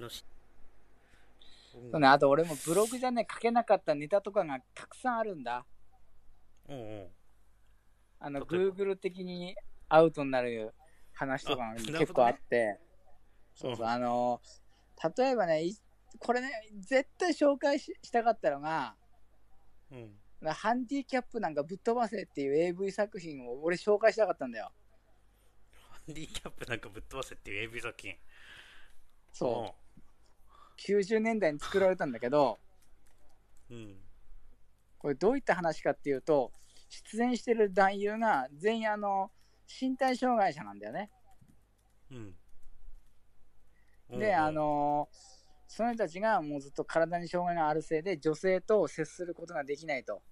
そうね、あと俺もブログじゃね、書けなかったネタとかがたくさんあるんだ。Google 的にアウトになる話とかが結構あって、そうそう、例えばね、これね、絶対紹介したかったのが、ハンディキャップなんかぶっ飛ばせっていう AV 作品を俺紹介したかったんだよ。 ハンディキャップなんかぶっ飛ばせっていう AV 作品。 そう。90年代に作られたんだけど、これどういった話かっていうと、出演してる男優が全員身体障害者なんだよね。で、その人たちがもうずっと体に障害があるせいで女性と接することができないと。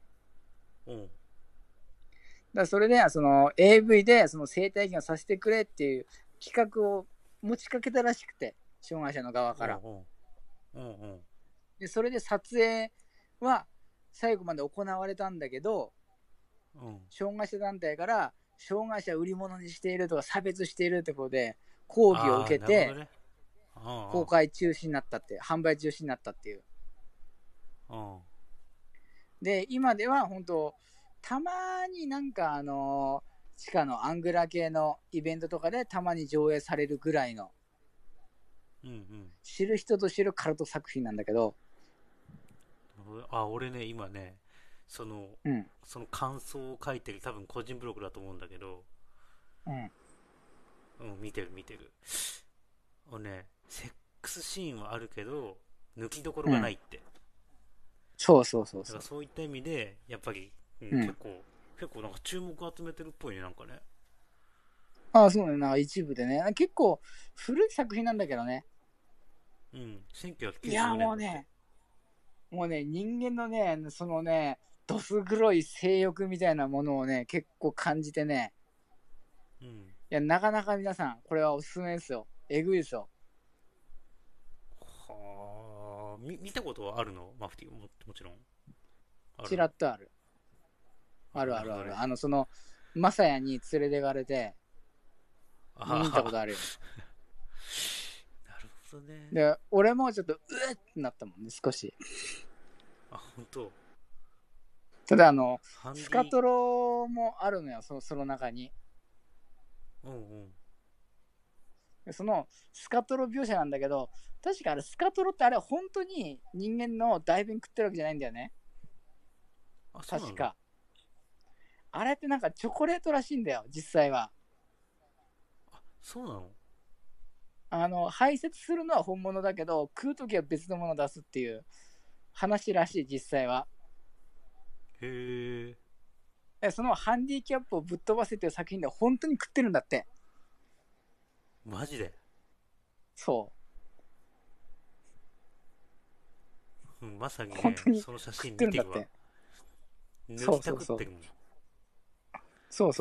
だそれでその AV でその性体験をさせてくれっていう企画を持ちかけたらしくて、障害者の側から。でそれで撮影は最後まで行われたんだけど、障害者団体から障害者を売り物にしているとか差別しているってことで抗議を受けて、公開中止になったって、販売中止になったっていう。で、今では本当たまになんか地下のアングラ系のイベントとかでたまに上映されるぐらいの、知る人ぞ知るカルト作品なんだけど。 俺ね、今ね、その感想を書いてる多分個人ブログだと思うんだけど、見てる。セックスシーンはあるけど、抜きどころがないって。 そうそう。 だからそういった意味で、やっぱり、結構なんか注目を集めてるっぽいね、なんかね。 そうね、なんか一部でね、結構古い作品なんだけどね。 1994年。 いや、もうね、人間のね、そのね、どす黒い性欲みたいなものをね、結構感じてね。いや、なかなか皆さん、これはおすすめですよ。えぐいですよ。 はあ、見たことはあるのマフティーもちろん。 ちらっとある。ある。その、マサヤに連れてかれて、見たことあるよ。 なるほどね。 で、俺もちょっと、うえってなったもんね、少し。 本当。 ただスカトロもあるのよ、その中に。そのスカトロ描写なんだけど、確かあれスカトロってあれ本当に人間の大便食ってるわけじゃないんだよね。確か。あれってなんかチョコレートらしいんだよ、実際は。 そうなの排泄するのは本物だけど、食うときは別のものを出すっていう話らしい、実際は。 へえ。そのハンディキャップをぶっ飛ばせてる作品で本当に食ってるんだって。 マジで。 そう。まさにね、 本当にその写食っ真見てるわ。 てるんだって。 抜きたくってるもん。 そう。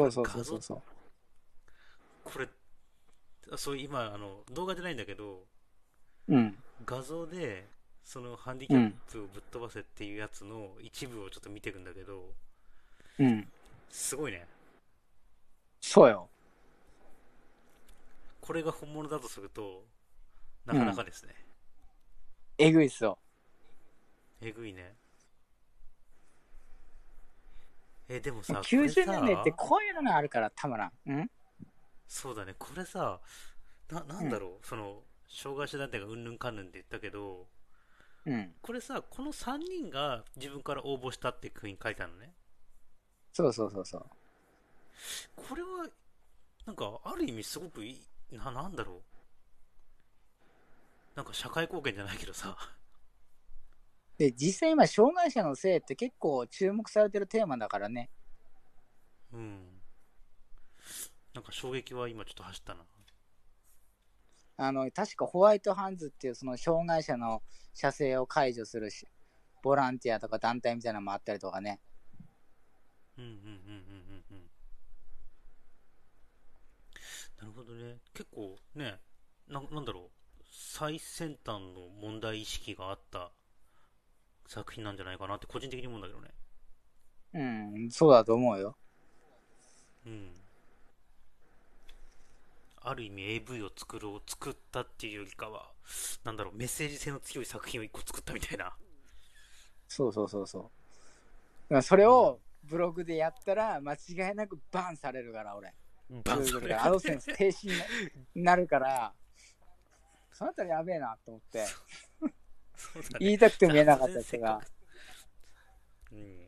これ、今、動画じゃないんだけど、画像で、そのハンディキャップをぶっ飛ばせっていうやつの一部をちょっと見てるんだけど、すごいね。 そうよ。 これが本物だとすると、なかなかですね。 えぐいっすよ。 えぐいね。でもさ、これ 90年代ってさ、 こういうのがあるからたまらん。 そうだね、これさ、なんだろう、障害者団体がうんぬんかんぬんって言ったけど、これさ、この3人が自分から応募したっていうふうに書いてあるのね。 そう。 これは、なんか、ある意味すごくいい、なんだろう。なんか社会貢献じゃないけどさ。 で、実際今、障害者の性って結構注目されてるテーマだからね。 なんか衝撃は今ちょっと走ったな。 確かホワイトハンズっていうその障害者の射精を解除するボランティアとか団体みたいなのもあったりとかね。 なるほどね。結構ね、なんだろう。最先端の問題意識があった作品なんじゃないかなって個人的に思うんだけどね。 そうだと思うよ。 ある意味 AV を作ったっていうよりかは、なんだろう、メッセージ性の強い作品を一個作ったみたいな。 そうそうそうそう。だからそれをブログでやったら間違いなくバンされるから、俺。 バンされる。 アドセンス停止になるから、そのあたりやべえなと思って、言いたくても言えなかったやつが。 うん。